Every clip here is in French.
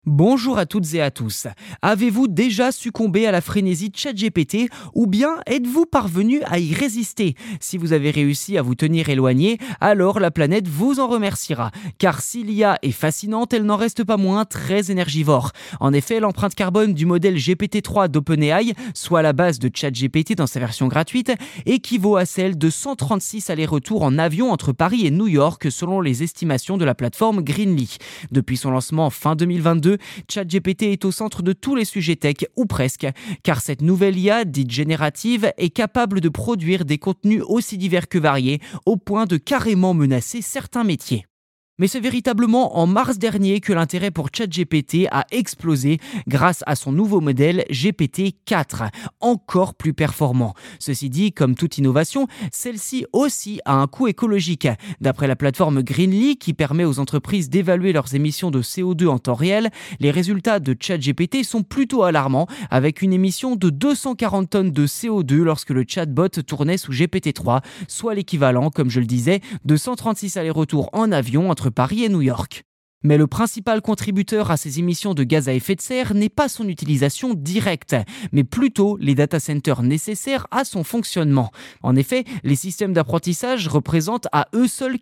Bonjour à toutes et à tous. Avez-vous déjà succombé à la frénésie de ChatGPT ou bien êtes-vous parvenu à y résister? Si vous avez réussi à vous tenir éloigné, alors la planète vous en remerciera. Car si l'IA est fascinante, elle n'en reste pas moins très énergivore. En effet, l'empreinte carbone du modèle GPT-3 d'OpenAI, soit la base de ChatGPT dans sa version gratuite, équivaut à celle de 136 allers-retours en avion entre Paris et New York selon les estimations de la plateforme Greenly. Depuis son lancement fin 2022, ChatGPT est au centre de tous les sujets tech, ou presque, car cette nouvelle IA, dite générative, est capable de produire des contenus aussi divers que variés, au point de carrément menacer certains métiers. Mais c'est véritablement en mars dernier que l'intérêt pour ChatGPT a explosé grâce à son nouveau modèle GPT-4, encore plus performant. Ceci dit, comme toute innovation, celle-ci aussi a un coût écologique. D'après la plateforme Greenly, qui permet aux entreprises d'évaluer leurs émissions de CO2 en temps réel, les résultats de ChatGPT sont plutôt alarmants, avec une émission de 240 tonnes de CO2 lorsque le chatbot tournait sous GPT-3, soit l'équivalent, comme je le disais, de 136 allers-retours en avion entre Paris et New York. Mais le principal contributeur à ces émissions de gaz à effet de serre n'est pas son utilisation directe, mais plutôt les data centers nécessaires à son fonctionnement. En effet, les systèmes d'apprentissage représentent à eux seuls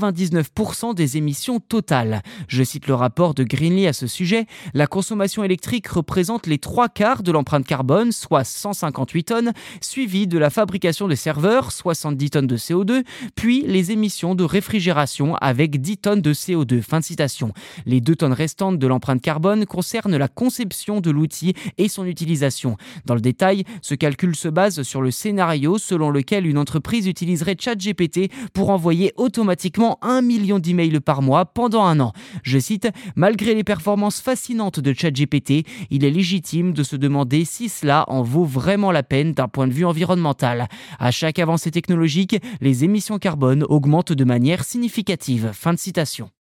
99% des émissions totales. Je cite le rapport de Greenly à ce sujet, la consommation électrique représente les 3/4 de l'empreinte carbone, soit 158 tonnes, suivi de la fabrication de serveurs, 70 tonnes de CO2, puis les émissions de réfrigération avec 10 tonnes de CO2. Fin de citation. Les 2 tonnes restantes de l'empreinte carbone concernent la conception de l'outil et son utilisation. Dans le détail, ce calcul se base sur le scénario selon lequel une entreprise utiliserait ChatGPT pour envoyer automatiquement 1 million d'emails par mois pendant un an. Je cite, « Malgré les performances fascinantes de ChatGPT, il est légitime de se demander si cela en vaut vraiment la peine d'un point de vue environnemental. À chaque avancée technologique, les émissions carbone augmentent de manière significative. » Fin de citation.